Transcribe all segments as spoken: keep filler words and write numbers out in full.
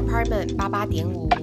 Apartment 八八点五。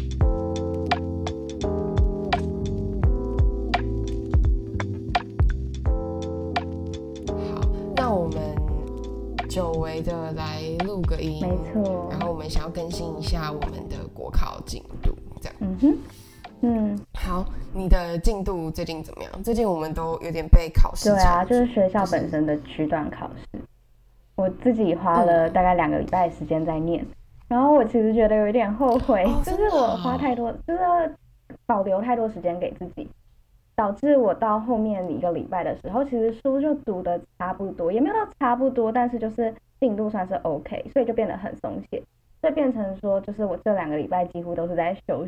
好，那我们久违的来录个音， 没错。 然后我们想要更新一下我们的国考进度，这样。 嗯哼，嗯。 好，你的进度最近怎么样？最近我们都有点被考试。 对啊，就是学校本身的区段考试，我自己花了大概两个礼拜的时间在念。嗯，然后我其实觉得有一点后悔，哦，就是我花太多，就是保留太多时间给自己，导致我到后面一个礼拜的时候，其实书就读的差不多，也没有到差不多，但是就是进度算是 OK， 所以就变得很松懈，所以变成说，就是我这两个礼拜几乎都是在休息。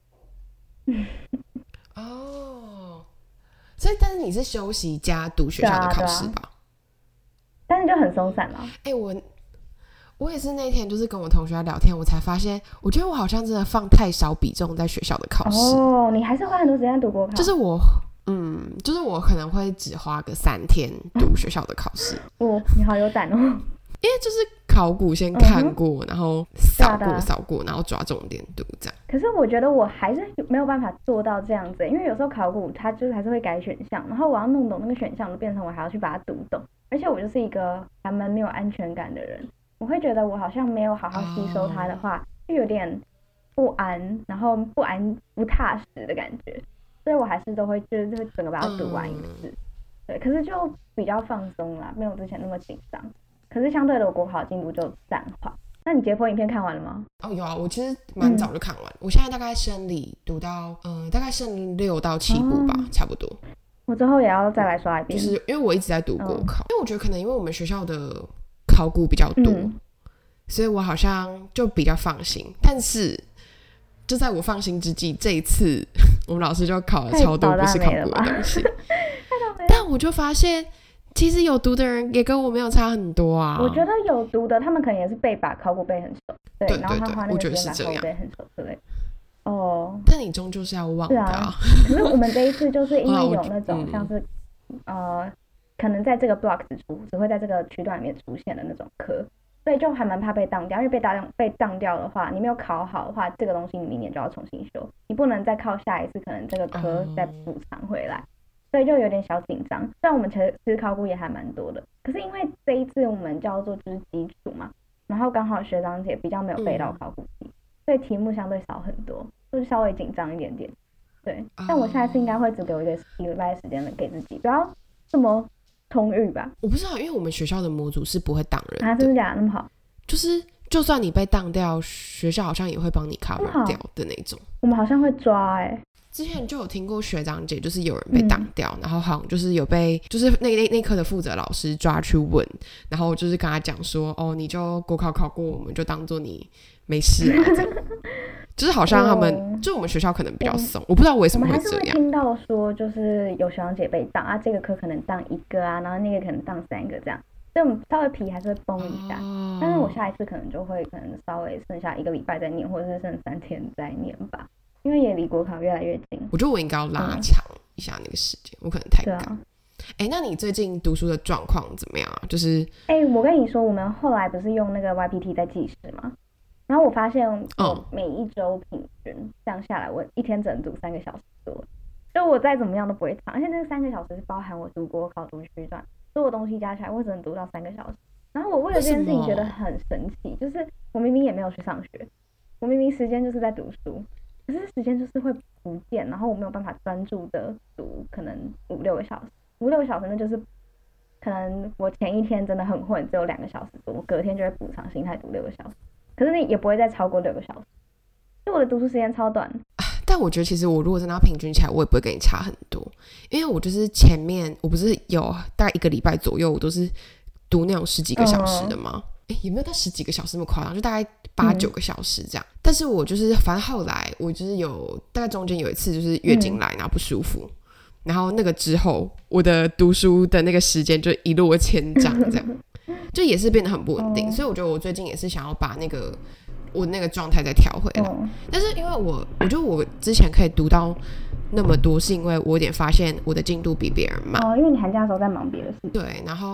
哦，所以但是你是休息加读学校的考试吧？ 啊啊，但是就很松散了。 哎，欸，我。我也是那天就是跟我同学聊天，我才发现，我觉得我好像真的放太少比重在学校的考试。 哦，你还是花很多时间读国考？ 就是我，嗯，就是我可能会只花个三天读学校的考试。 哦，你好有胆哦！ 因为就是考古先看过，嗯，然后扫过扫过，然后抓重点读这样。 可是我觉得我还是没有办法做到这样子，因为有时候考古它就是还是会改选项，然后我要弄懂那个选项，就变成我还要去把它读懂，而且我就是一个还蛮没有安全感的人。我会觉得我好像没有好好吸收它的话， oh. 就有点不安，然后不安不踏实的感觉，所以我还是都会就是会整个把它读完一次。Um. 对，可是就比较放松啦，没有之前那么紧张。可是相对的，我国考进度就暂缓。那你解剖影片看完了吗？ 哦，有啊，我其实蛮早就看完，嗯，我现在大概生理读到嗯、呃，大概剩六到七部吧，哦，差不多。 我之后也要再来刷一遍， 就是因为我一直在读国考，嗯，因为我觉得可能因为我们学校的考古比较多，嗯，所以我好像就比较放心。但是就在我放心之际，这一次我们老师就考了超多不是考古的东西，但我就发现其实有读的人也跟我没有差很多啊。 我觉得有读的他们可能也是背把考古背很熟， 对, 对, 对, 对， 然后他花那个时间把考古背很熟之类的。哦， 但你终究是要忘的啊。 啊可是我们这一次就是因为有那种像是、嗯、呃可能在这个 block 只出只会在这个区段里面出现的那种科，所以就还蛮怕被当掉，因为被当被当掉的话，你没有考好的话，这个东西你明年就要重新修，你不能再靠下一次可能这个科再补偿回来， oh. 所以就有点小紧张。虽然我们其实考古也还蛮多的，可是因为这一次我们叫做就是基础嘛，然后刚好学长姐比较没有背到考古题，嗯，所以题目相对少很多，就是稍微紧张一点点。对，但我下一次应该会只留一个一个礼拜的时间给自己，不要这么充裕吧。 我不知道，因为我们学校的模组是不会当人的。 啊，真的假的那么好？ 就是就算你被当掉，学校好像也会帮你 cover 掉的那种。 我们好像会抓哎，欸。 之前就有听过学长姐，就是有人被当掉，嗯，然后好像就是有被，就是那那那科的负责老师抓去问，然后就是跟他讲说，哦，你就国考考过，我们就当做你没事啊，这样。就是好像他们，哦，就我们学校可能比较松，嗯，我不知道为什么会这样。 我们还是会听到说，就是有学长姐被当啊，这个科可能当一个啊，然后那个可能当三个这样，所以我们稍微皮还是会绷一下，哦。但是我下一次可能就会可能稍微剩下一个礼拜再念，或者是剩三天再念吧，因为也离国考越来越近。 我觉得我应该要拉长一下那个时间，嗯，我可能太赶。对啊。哎，那你最近读书的状况怎么样啊？就是， 哎，我跟你说，我们后来不是用那个 Y P T 在计时吗？然后我发现我每一周平均这样下来，我一天只能读三个小时多，就我再怎么样都不会长，而且那个三个小时是包含我读国考、读区段，所有东西加起来，我只能读到三个小时。然后我为了这件事情觉得很神奇，就是我明明也没有去上学，我明明时间就是在读书，可是时间就是会不见，然后我没有办法专注的读，可能五六个小时，五六个小时那就是可能我前一天真的很混，只有两个小时多，我隔天就会补偿心态读六个小时。可是你也不会再超过六个小时，就我的读书时间超短。 但我觉得其实我如果真的要平均起来，我也不会跟你差很多，因为我就是前面我不是有大概一个礼拜左右，我都是读那种十几个小时的吗？哎、嗯，也没有到十几个小时那么夸张，就大概八九个小时这样、嗯。但是我就是反正后来我就是有大概中间有一次就是月经来然后不舒服、嗯，然后那个之后我的读书的那个时间就一落千丈这样。就也是变得很不稳定、哦、所以我觉得我最近也是想要把那个我那个状态再调回来、哦、但是因为我我觉得我之前可以读到那么多是因为我有点发现我的进度比别人慢、 哦、因为你寒假的时候在忙别的事情。 对，然后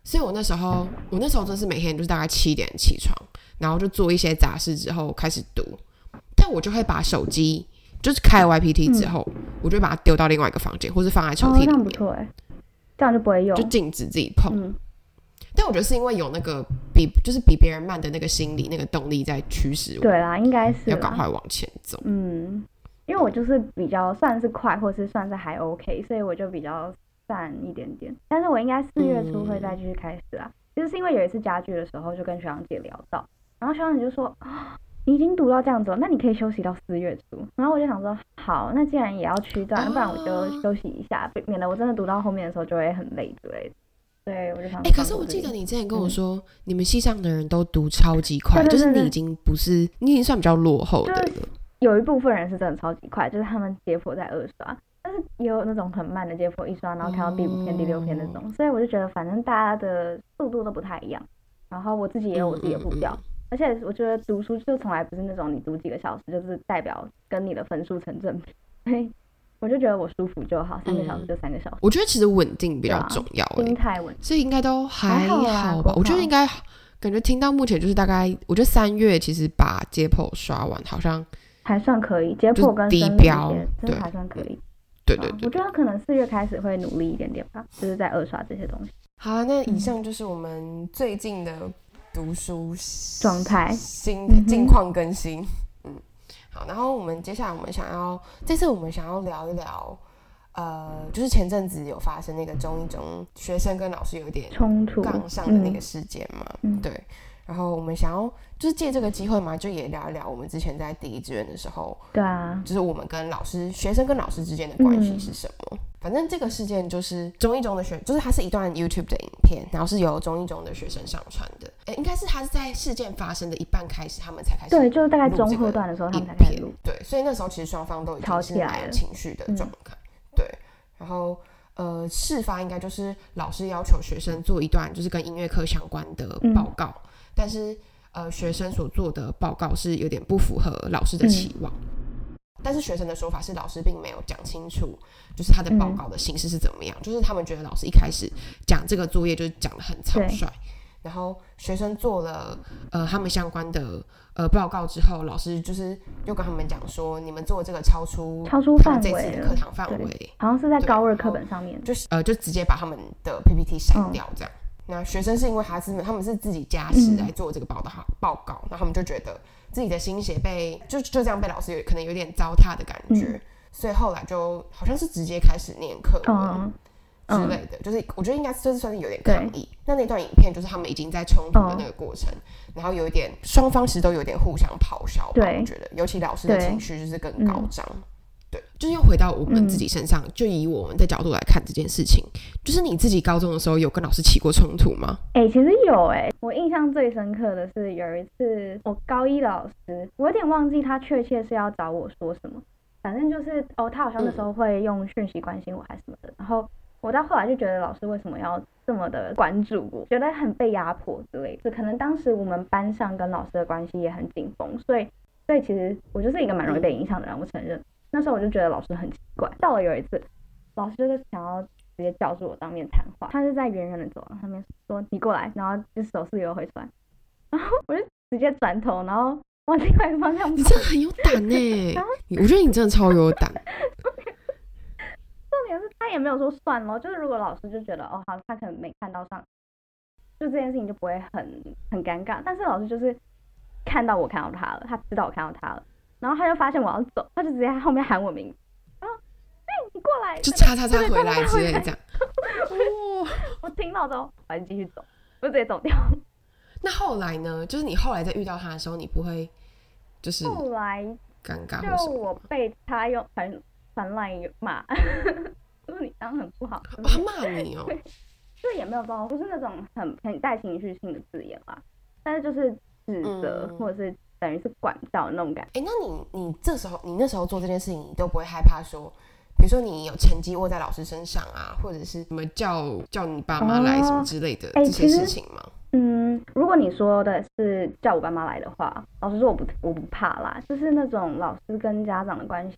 所以我那时候我那时候真是每天就是大概七点起床，然后就做一些杂事之后开始读，但我就会把手机就是开了 Y P T 之后、嗯、我就把它丢到另外一个房间，或是放在抽屉里面、哦、这样不错耶， 这样就不会用， 就禁止自己碰、嗯、但我觉得是因为有那个比就是比别人慢的那个心理那个动力在驱使我， 对啦，应该是要赶快往前走。 嗯，因为我就是比较算是快或是算是还 OK， 所以我就比较散一点点，但是我应该四月初会再继续开始啊、嗯、其实是因为有一次家具的时候就跟学长姐聊到，然后学长姐就说、啊、你已经读到这样子了，那你可以休息到四月初，然后我就想说好，那既然也要区段、哦、不然我就休息一下，免得我真的读到后面的时候就会很累之类的。对，我就想哎、 欸，可是我记得你之前跟我说、嗯、你们系上的人都读超级快，对对对对，就是你已经不是你已经算比较落后的了、就是、 有一部分人是真的超级快，就是他们解剖在二刷，但是也有那种很慢的解剖一刷然后看到第五篇、哦、第六篇那种，所以我就觉得反正大家的速度都不太一样，然后我自己也有我自己的步调、嗯嗯嗯，而且我觉得读书就从来不是那种你读几个小时就是代表跟你的分数成正比，所以我就觉得我舒服就好，三个小时就三个小时、嗯、 我觉得其实稳定比较重要、欸、 心态稳定， 所以应该都还好吧，我觉得应该感觉听到目前就是大概我觉得三月其实把解剖刷完好像还算可以，解剖跟低标真的还算可以， 对对 对, 对， 我觉得可能四月开始会努力一点点吧，就是在二刷这些东西。 好，那以上就是我们最近的读书状态新近况更新、嗯、好，然后我们接下来我们想要这次我们想要聊一聊呃，就是前阵子有发生那个中一中学生跟老师有点冲突杠上的那个事件嘛、嗯、对，然后我们想要就是借这个机会嘛，就也聊一聊我们之前在第一志愿的时候， 对啊， 就是我们跟老师学生跟老师之间的关系是什么、嗯、反正这个事件就是中一中的学就是它是一段 YouTube 的影片，然后是由中一中的学生上传的，诶应该是他是在事件发生的一半开始他们才开始， 对，就是大概中后段的时候他们才开始录， 对，所以那时候其实双方都已经是蛮有情绪的状态、嗯、对，然后呃，事发应该就是老师要求学生做一段就是跟音乐课相关的报告、嗯、但是呃，学生所做的报告是有点不符合老师的期望、嗯、但是学生的说法是老师并没有讲清楚就是他的报告的形式是怎么样、嗯、就是他们觉得老师一开始讲这个作业就是讲得很草率，然后学生做了呃他们相关的呃报告之后，老师就是又跟他们讲说你们做这个超出超出他们这次的课堂范围， 好像是在高二课本上面， 就是呃就直接把他们的 P P T 删掉这样、嗯，那学生是因为他是他们是自己加时来做这个报道、嗯、报告，那他们就觉得自己的心血被就就这样被老师有可能有点糟蹋的感觉、嗯，所以后来就好像是直接开始念课文之类的、嗯，就是我觉得应该就是算是有点抗议。那那段影片就是他们已经在冲突的那个过程，嗯、然后有一点双方其实都有点互相咆哮吧，我觉得，尤其老师的情绪就是更高涨。对，就是又回到我们自己身上、嗯，就以我们的角度来看这件事情，就是你自己高中的时候有跟老师起过冲突吗？ 哎、欸，其实有哎、欸，我印象最深刻的是有一次我高一的老师，我有点忘记他确切是要找我说什么，反正就是哦，他好像那时候会用讯息关心我还是什么的，然后我到后来就觉得老师为什么要这么的关注我，觉得很被压迫之类的，可能当时我们班上跟老师的关系也很紧绷，所以所以其实我就是一个蛮容易被影响的人，我承认。那时候我就觉得老师很奇怪，到了有一次老师就是想要直接叫住我当面谈话，他是在远远的走廊上面说你过来，然后就手势又挥出来，然后我就直接转头然后往另外一个方向跑。 你真的很有胆耶我觉得你真的超有胆重点是他也没有说算咯，就是如果老师就觉得哦好，他可能没看到上，就这件事情就不会很很尴尬，但是老师就是看到我看到他了，他知道我看到他了，然后他就发现我要走，他就直接在后面喊我名字，然后哎、欸、你过来， 就叉叉叉回来之类的这样我听到之后我还是继续走，我就直接走掉。 那后来呢，就是你后来在遇到他的时候，你不会就是后来尴尬， 就我被他用传传来骂就是你当很不好、 哦、他骂你哦就也没有包，不是那种很很带情绪性的字眼啦，但是就是指责、嗯、或者是等于是管教的那种感觉。 哎、欸，那你你这时候你那时候做这件事情，你都不会害怕说，比如说你有成绩握在老师身上啊，或者是什么叫叫你爸妈来什么之类的、哦、这些事情吗？ 嗯，如果你说的是叫我爸妈来的话，老实说我不我不怕啦，就是那种老师跟家长的关系，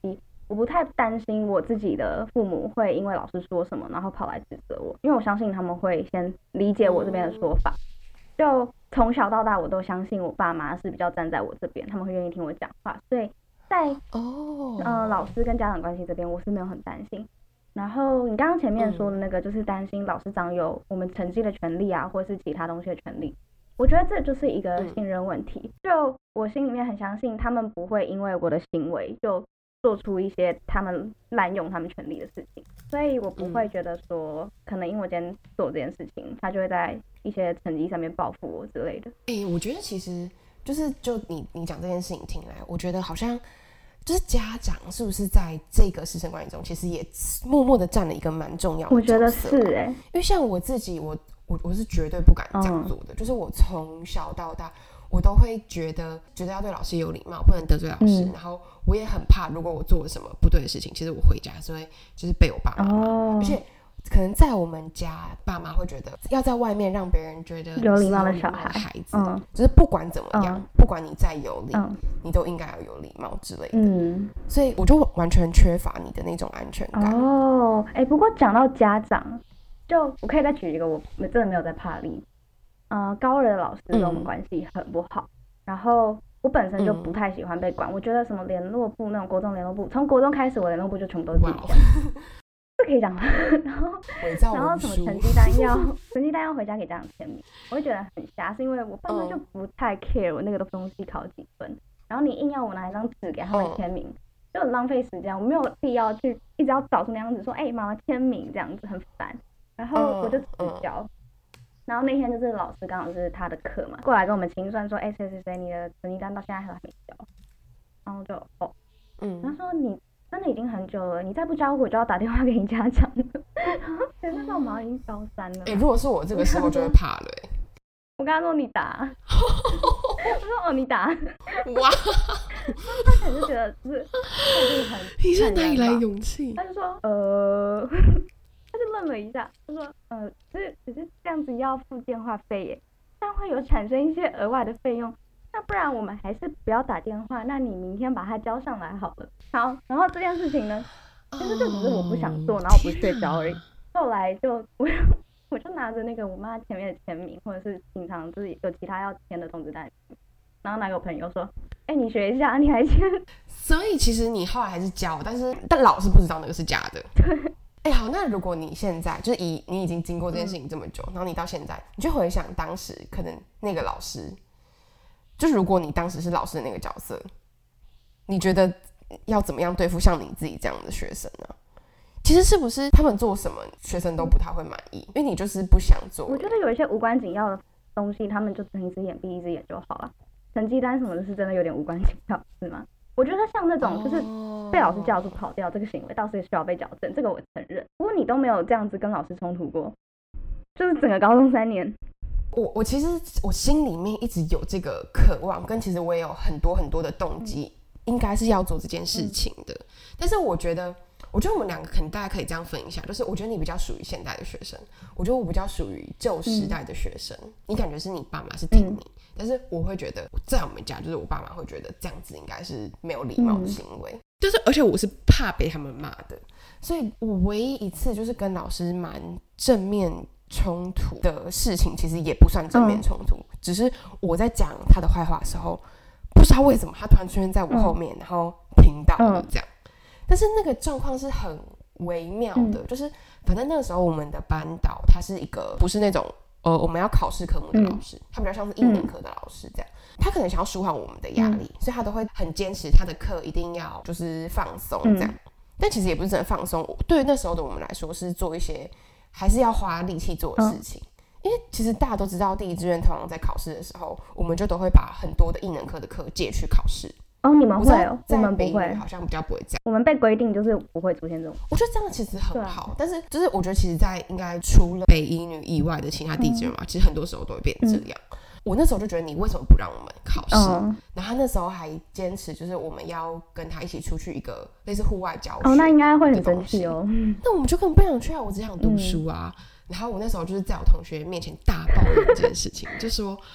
我不太担心我自己的父母会因为老师说什么然后跑来指责我，因为我相信他们会先理解我这边的说法。就从小到大我都相信我爸妈是比较站在我这边，他们会愿意听我讲话，所以在、oh. 呃、老师跟家长关系这边我是没有很担心。然后你刚刚前面说的那个就是担心老师长有我们成绩的权利啊，或是其他东西的权利，我觉得这就是一个信任问题。就我心里面很相信他们不会因为我的行为就做出一些他们滥用他们权利的事情，所以我不会觉得说可能因为我今天做这件事情他就会在一些成绩上面报复我之类的。 欸，我觉得其实就是就你你讲这件事情听来，我觉得好像就是家长是不是在这个师生关系中其实也默默的占了一个蛮重要的角色。 我觉得是欸， 因为像我自己我我我是绝对不敢这样做的、嗯、就是我从小到大我都会觉得觉得要对老师有礼貌，不能得罪老师、嗯、然后我也很怕如果我做了什么不对的事情，其实我回家是会就是被我爸妈、哦、而且可能在我们家爸妈会觉得要在外面让别人觉得有礼貌的小孩孩子、嗯、就是不管怎么样、嗯、不管你再有礼、嗯、你都应该要有礼貌之类的、嗯、所以我就完全缺乏你的那种安全感。 哦，哎、欸，不过讲到家长，就我可以再举一个我真的没有在怕的例子。呃，高二的老师跟我们关系很不好、嗯、然后我本身就不太喜欢被管、嗯、我觉得什么联络部那种国中联络部，从国中开始我联络部就全部都是自己讲，这可以讲吗？然后然后什么成绩单要成绩单要回家给家长签名，我会觉得很瞎，是因为我本身就不太 care 我那个东西考几分，然后你硬要我拿一张纸给他们签名、嗯、就很浪费时间，我没有必要去一直要找出那样子说哎妈妈签名这样子很烦，然后我就只交、嗯嗯然后那天就是老师刚好是他的课嘛，过来跟我们清算说，哎、欸，谁谁谁，你的成绩单到现在还没交，然后就哦，嗯，他说你真的已经很久了，你再不交我就要打电话给你家长了。然后谁知道我们已经高三了。哎、 欸，如果是我这个时候就会怕了、欸。 我跟他说你打，我说哦你打，哇，他可能就觉得就是很， 你是哪里来勇气？ 他就说呃。他就愣了一下，他说：“呃，只是只是这样子要付电话费耶，这样会有产生一些额外的费用。那不然我们还是不要打电话，那你明天把它交上来好了。”好，然后这件事情呢，其实就只是我不想做，然后不睡觉而已。后来就我我就拿着那个我妈前面的签名，或者是平常就是有其他要签的通知单，然后拿给我朋友说：“哎、欸，你学一下，你还签。” 所以其实你后来还是交，但是但老师不知道那个是假的。对。哎、欸，好，那如果你现在就是以你已经经过这件事情这么久、嗯，然后你到现在，你就回想当时可能那个老师，就是如果你当时是老师的那个角色，你觉得要怎么样对付像你自己这样的学生呢？其实是不是他们做什么学生都不太会满意，因为你就是不想做。 我觉得有一些无关紧要的东西，他们就睁一只眼闭一只眼就好了。成绩单什么的是真的有点无关紧要，是吗？我觉得像那种就是被老师叫住跑掉这个行为倒是需要被矫正，这个我承认。不过你都没有这样子跟老师冲突过，就是整个高中三年。 我我其实我心里面一直有这个渴望，跟其实我也有很多很多的动机、嗯，应该是要做这件事情的。嗯、但是我觉得，我觉得我们两个可能大家可以这样分一下，就是我觉得你比较属于现代的学生，我觉得我比较属于旧时代的学生。嗯、你感觉是你爸妈是挺你。嗯，但是我会觉得在我们家就是我爸妈会觉得这样子应该是没有礼貌的行为、嗯、就是而且我是怕被他们骂的，所以我唯一一次就是跟老师蛮正面冲突的事情其实也不算正面冲突、嗯、只是我在讲他的坏话的时候不知道为什么他突然出现在我后面、嗯、然后听到了这样、嗯、但是那个状况是很微妙的、嗯、就是反正那个时候我们的班导他是一个不是那种呃，我们要考试科目的老师、嗯、他比较像是一年课的老师这样、嗯、他可能想要舒缓我们的压力、嗯、所以他都会很坚持他的课一定要就是放松这样、嗯、但其实也不是真的放松，对于那时候的我们来说是做一些还是要花力气做的事情、嗯、因为其实大家都知道第一志愿通常在考试的时候我们就都会把很多的一年课的课借去考试。 哦，你们会哦，我们不会， 好像比较不会这样。 我们被规定就是不会出现这种。 我觉得这样其实很好，啊、但是就是我觉得其实，在应该除了北一女以外的其他地志愿嘛、嗯，其实很多时候都会变成这样、嗯。我那时候就觉得你为什么不让我们考试、嗯？然后他那时候还坚持就是我们要跟他一起出去一个类似户外教学。 哦，那应该会很生气哦。 那我们就根本不想去啊，我只想读书啊。嗯、然后我那时候就是在我同学面前大抱怨这件事情，就说。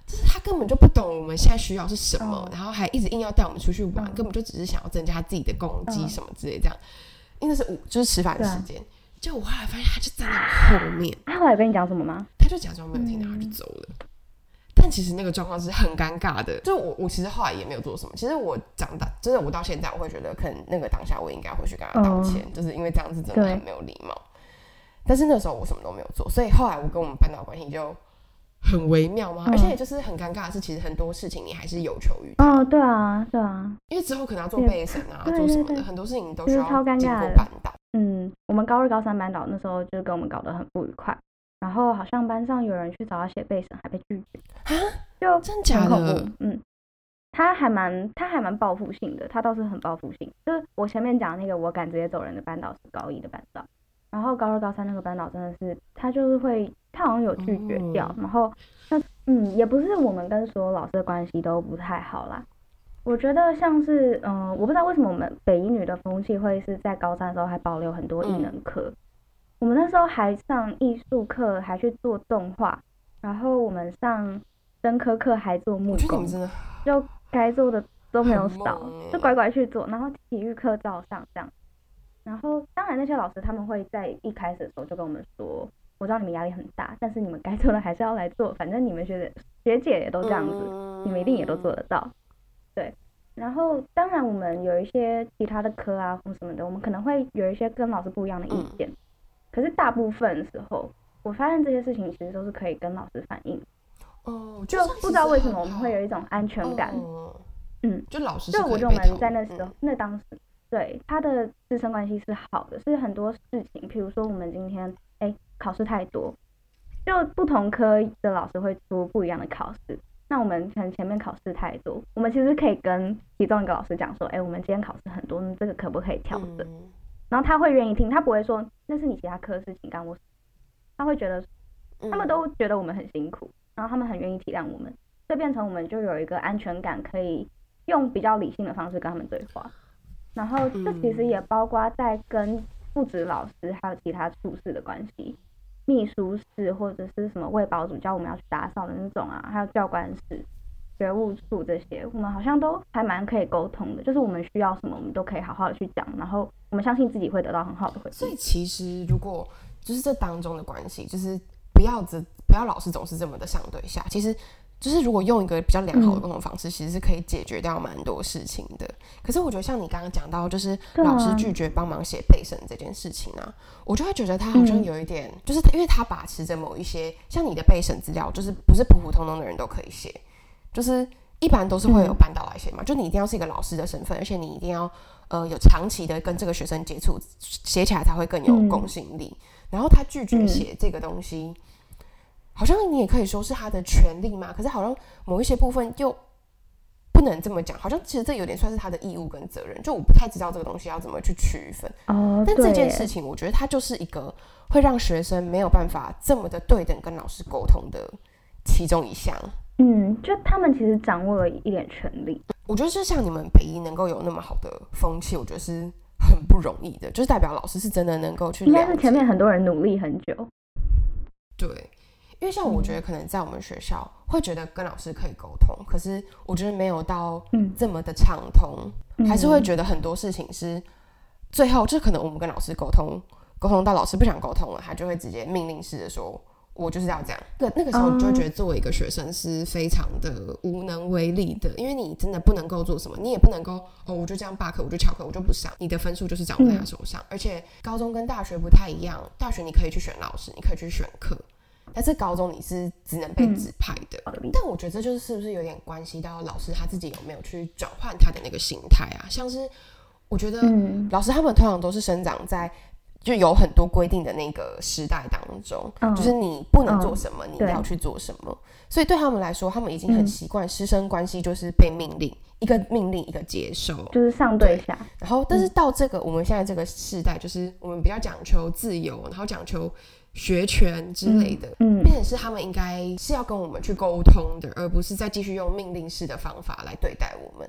就是他根本就不懂我们现在需要是什么， 嗯、 然后还一直硬要带我们出去玩、嗯、根本就只是想要增加自己的攻击什么之类这样、嗯、因为那是午就是吃饭的时间，就我后来发现他就站在我后面。 他后来跟你讲什么吗？ 他就假装没有听到，他就走了、嗯、但其实那个状况是很尴尬的，就我我其实后来也没有做什么。其实我长大真的我到现在我会觉得可能那个当下我应该会去跟他道歉、嗯、就是因为这样子真的很没有礼貌，但是那时候我什么都没有做，所以后来我跟我们班导关系就很微妙嘛、嗯、而且就是很尴尬的是其实很多事情你还是有求于他。 哦对啊对啊， 因为之后可能要做备审啊，做什么的，很多事情都需要经过班导。 嗯，我们高二高三班导那时候就跟我们搞得很不愉快，然后好像班上有人去找他写备审还被拒绝啊， 就真假的？ 嗯，他还蛮他还蛮报复性的，他倒是很报复性。就是我前面讲那个我敢直接走人的班导是高一的班导，然后高二高三那个班导真的是他就是会他好像有拒绝掉，嗯、然后那嗯也不是我们跟所有老师的关系都不太好啦。我觉得像是嗯、呃，我不知道为什么我们北一女的风气会是在高三的时候还保留很多艺能课、嗯，我们那时候还上艺术课，还去做动画，然后我们上生科课还做木工，就该做的都没有少，就乖乖去做，然后体育课照上这样。然后当然那些老师他们会在一开始的时候就跟我们说，我知道你们压力很大，但是你们该做的还是要来做，反正你们学姐学姐也都这样子、嗯，你们一定也都做得到。对，然后当然我们有一些其他的科啊或什么的，我们可能会有一些跟老师不一样的意见、嗯，可是大部分的时候我发现这些事情其实都是可以跟老师反映。 哦， 就不知道为什么我们会有一种安全感。 哦、 嗯， 就老师是可以被就我觉得我们在那时候、嗯、那当时对他的师生关系是好的，是很多事情，譬如说我们今天哎考试太多，就不同科的老师会出不一样的考试，那我们可能前面考试太多，我们其实可以跟其中一个老师讲说，哎，我们今天考试很多，这个可不可以调整、嗯、然后他会愿意听，他不会说那是你其他科的事情干我，他会觉得他们都觉得我们很辛苦、嗯、然后他们很愿意体谅我们，所以变成我们就有一个安全感，可以用比较理性的方式跟他们对话。然后这其实也包括在跟不止老师还有其他处事的关系，秘书室或者是什么卫保组教我们要去打扫的那种啊，还有教官室、学务处这些，我们好像都还蛮可以沟通的，就是我们需要什么我们都可以好好的去讲，然后我们相信自己会得到很好的回应。 所以其实如果就是这当中的关系，就是不要只不要老是总是这么的上对下，其实就是如果用一个比较良好的沟通方式、嗯、其实是可以解决掉蛮多事情的。可是我觉得像你刚刚讲到就是老师拒绝帮忙写备审这件事情啊，我就会觉得他好像有一点、嗯、就是因为他把持着某一些像你的备审资料，就是不是普普通通的人都可以写，就是一般都是会有班导来写嘛、嗯、就你一定要是一个老师的身份，而且你一定要呃有长期的跟这个学生接触，写起来才会更有公信力、嗯、然后他拒绝写这个东西、嗯，好像你也可以说是他的权利嘛，可是好像某一些部分又不能这么讲，好像其实这有点算是他的义务跟责任，就我不太知道这个东西要怎么去区分、哦、但这件事情我觉得它就是一个会让学生没有办法这么的对等跟老师沟通的其中一项。 嗯，就他们其实掌握了一点权利。 我觉得就像你们北一能够有那么好的风气，我觉得是很不容易的，就是代表老师是真的能够去了解， 应该是前面很多人努力很久。 对，因为像我觉得可能在我们学校会觉得跟老师可以沟通、嗯、可是我觉得没有到这么的畅通、嗯、还是会觉得很多事情是最后就可能我们跟老师沟通沟通到老师不想沟通了，他就会直接命令式的说我就是要这样，那那个时候你就会觉得作为一个学生是非常的无能为力的，因为你真的不能够做什么，你也不能够哦我就这样罢课我就翘课我就不上，你的分数就是掌握在他手上、嗯、而且高中跟大学不太一样，大学你可以去选老师，你可以去选课，但是高中你是只能被指派的、嗯、但我觉得这就是是不是有点关系到老师他自己有没有去转换他的那个心态啊，像是我觉得老师他们通常都是生长在就有很多规定的那个时代当中、嗯、就是你不能做什么、嗯、你要去做什么，所以对他们来说他们已经很习惯师生关系就是被命令、嗯、一个命令一个接受， 就是上对下， 然后但是到这个、嗯、我们现在这个世代就是我们比较讲求自由，然后讲求学权之类的，嗯，变成是他们应该是要跟我们去沟通的，而不是再继续用命令式的方法来对待我们。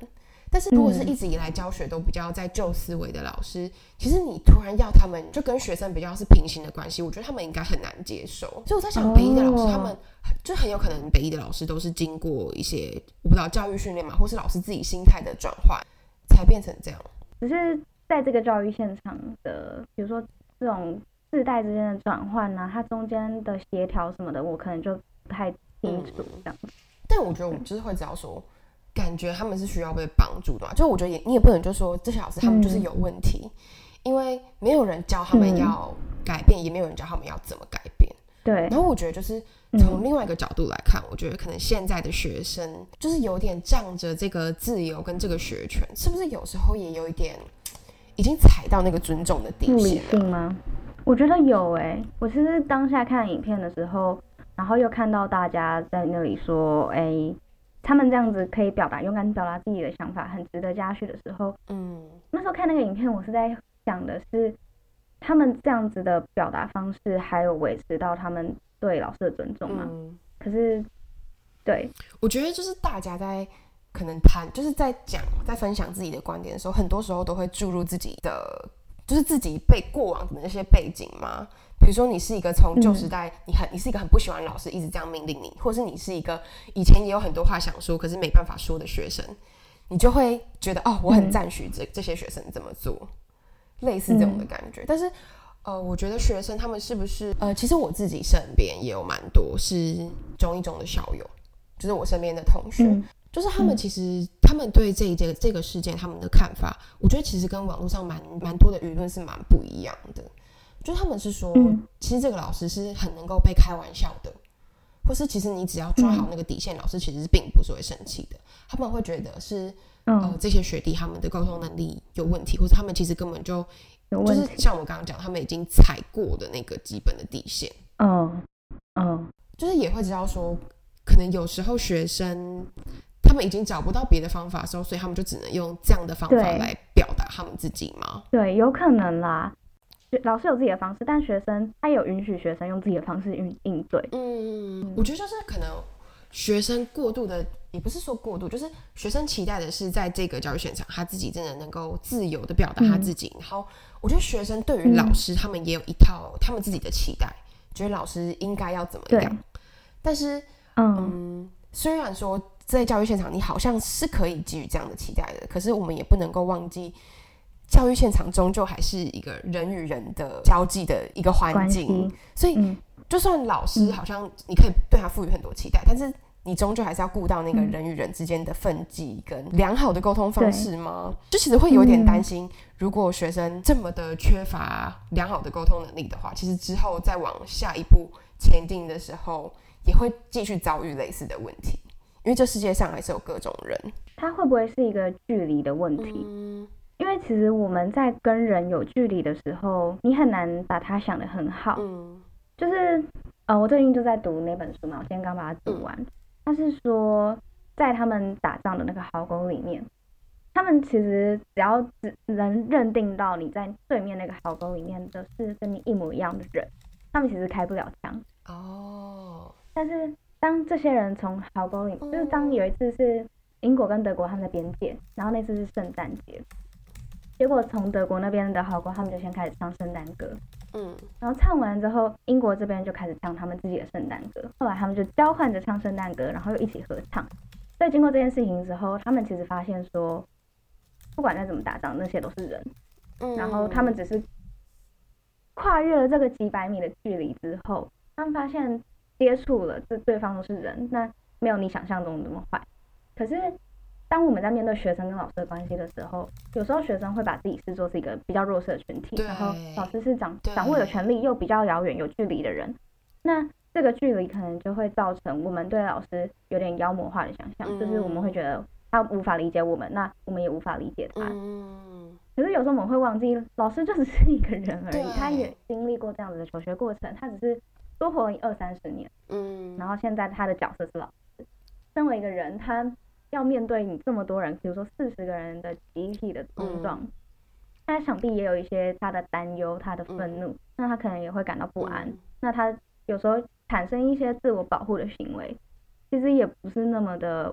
但是如果是一直以来教学都比较在旧思维的老师，其实你突然要他们就跟学生比较是平行的关系，我觉得他们应该很难接受。所以我在想北医的老师、哦、他们就很有可能北医的老师都是经过一些我不知道教育训练嘛，或是老师自己心态的转换才变成这样。 只是在这个教育现场的比如说这种世代之间的转换啊，它中间的协调什么的我可能就不太清楚这样、嗯、 但我觉得我就是会知道说感觉他们是需要被帮助的嘛，就我觉得也你也不能就说这些老师他们就是有问题、嗯、因为没有人教他们要改变、嗯、也没有人教他们要怎么改变。 对， 然后我觉得就是从另外一个角度来看、嗯、我觉得可能现在的学生就是有点仗着这个自由跟这个学权，是不是有时候也有一点已经踩到那个尊重的底线了？ 不理性吗？我觉得有诶、欸，我其实当下看影片的时候，然后又看到大家在那里说，哎、欸，他们这样子可以表达勇敢表达自己的想法，很值得嘉许的时候，嗯，那时候看那个影片，我是在想的是，他们这样子的表达方式，还有维持到他们对老师的尊重吗？嗯、可是，对， 我觉得就是大家在可能谈，就是在讲，在分享自己的观点的时候，很多时候都会注入自己的。就是自己被过往的那些背景嘛，比如说你是一个从旧时代、嗯、你很你是一个很不喜欢老师一直这样命令你，或是你是一个以前也有很多话想说可是没办法说的学生，你就会觉得哦我很赞许这、嗯、这些学生这么做，类似这种的感觉、嗯、但是呃我觉得学生他们是不是呃其实我自己身边也有蛮多是中一中的校友，就是我身边的同学、嗯就是他们其实、嗯、他们对这一这个这个事件他们的看法，我觉得其实跟网络上蛮蛮多的舆论是蛮不一样的。就他们是说、嗯、其实这个老师是很能够被开玩笑的，或是其实你只要抓好那个底线、嗯、老师其实并不是会生气的。他们会觉得是、嗯、呃这些学弟他们的沟通能力有问题，或者他们其实根本就就是像我刚刚讲他们已经踩过的那个基本的底线。嗯嗯，就是也会知道说可能有时候学生他们已经找不到别的方法的时候，所以他们就只能用这样的方法来表达他们自己吗？ 对，有可能啦。老师有自己的方式，但学生他也有允许学生用自己的方式应对。 嗯，嗯我觉得就是可能学生过度的，也不是说过度，就是学生期待的是在这个教育现场，他自己真的能够自由的表达他自己。嗯、然后我觉得学生对于老师、嗯，他们也有一套他们自己的期待，觉得老师应该要怎么样。但是，嗯。嗯虽然说在教育现场你好像是可以给予这样的期待的，可是我们也不能够忘记教育现场终究还是一个人与人的交际的一个环境，所以、嗯、就算老师好像你可以对他赋予很多期待、嗯、但是你终究还是要顾到那个人与人之间的分际跟良好的沟通方式吗？就其实会有点担心、嗯、如果学生这么的缺乏良好的沟通能力的话，其实之后再往下一步前进的时候也会继续遭遇类似的问题，因为这世界上还是有各种人。 它会不会是一个距离的问题、嗯、因为其实我们在跟人有距离的时候你很难把它想得很好、嗯、就是呃，我最近就在读那本书嘛，我今天刚把它读完、嗯、它是说在他们打仗的那个壕沟里面，他们其实只要只能认定到你在对面那个壕沟里面的是跟你一模一样的人，他们其实开不了枪哦。但是当这些人从壕沟里，就是当有一次是英国跟德国他们的边界，然后那次是圣诞节，结果从德国那边的壕沟他们就先开始唱圣诞歌，嗯，然后唱完之后英国这边就开始唱他们自己的圣诞歌，后来他们就交换着唱圣诞歌，然后又一起合唱。所以经过这件事情之后，他们其实发现说不管再怎么打仗那些都是人、嗯、然后他们只是跨越了这个几百米的距离之后，他们发现接触了，这对方都是人，那没有你想象中的那么坏。可是当我们在面对学生跟老师的关系的时候，有时候学生会把自己视作是一个比较弱势的群体，然后老师是掌掌握有权力又比较遥远有距离的人，那这个距离可能就会造成我们对老师有点妖魔化的想象、嗯、就是我们会觉得他无法理解我们，那我们也无法理解他、嗯、可是有时候我们会忘记老师就只是一个人而已，他也经历过这样子的求学过程，他只是多活了二三十年，嗯，然后现在他的角色是老师，身为一个人，他要面对你这么多人，比如说四十个人的集体的冲撞，嗯、他想必也有一些他的担忧，他的愤怒、嗯，那他可能也会感到不安、嗯，那他有时候产生一些自我保护的行为，其实也不是那么的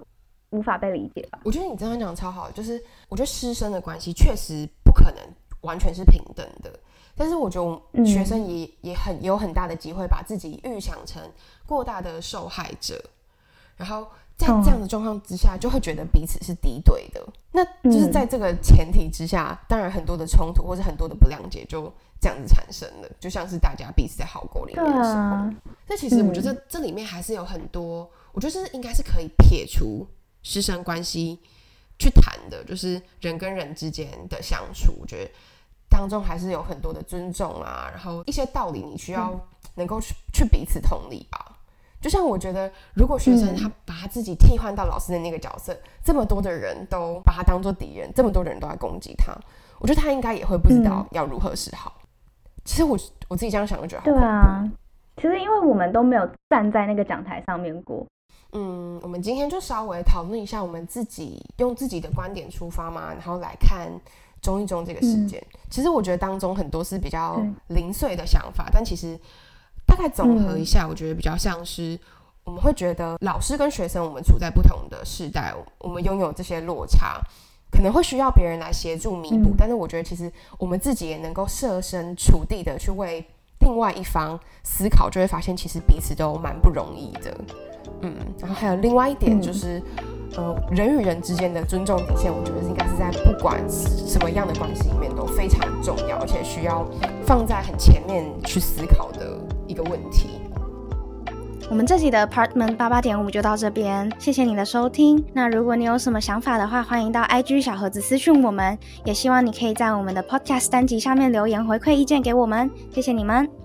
无法被理解吧。 我觉得你这样讲超好，就是我觉得师生的关系确实不可能完全是平等的，但是我觉得学生也、嗯、也很有很大的机会把自己预想成过大的受害者，然后在这样的状况之下就会觉得彼此是敌对的，那就是在这个前提之下、嗯、当然很多的冲突或是很多的不谅解就这样子产生了，就像是大家彼此在壕沟里面的时候、啊、但其实我觉得 这,、嗯、这里面还是有很多我觉得应该是可以撇除师生关系去谈的，就是人跟人之间的相处，我觉得当中还是有很多的尊重啊，然后一些道理你需要能够 去,、嗯、去彼此同理吧。就像我觉得如果学生他把他自己替换到老师的那个角色、嗯、这么多的人都把他当作敌人，这么多人都在攻击他，我觉得他应该也会不知道要如何是好、嗯、其实我我自己这样想就觉得好恐怖。 对啊，其实因为我们都没有站在那个讲台上面过。 嗯，我们今天就稍微讨论一下我们自己用自己的观点出发嘛，然后来看中一中这个事件、嗯、其实我觉得当中很多是比较零碎的想法，但其实大概总和一下、嗯、我觉得比较像是我们会觉得老师跟学生我们处在不同的世代，我们拥有这些落差可能会需要别人来协助弥补、嗯、但是我觉得其实我们自己也能够设身处地的去为另外一方思考，就会发现其实彼此都蛮不容易的。嗯，然后还有另外一点就是、嗯、呃，人与人之间的尊重底线，我觉得应该是在不管什么样的关系里面都非常重要，而且需要放在很前面去思考的一个问题。 我们这集的 Apartment 八八点五 就到这边，谢谢你的收听。那如果你有什么想法的话，欢迎到 I G 小盒子私讯我们，也希望你可以在我们的 Podcast 单集下面留言回馈意见给我们，谢谢你们。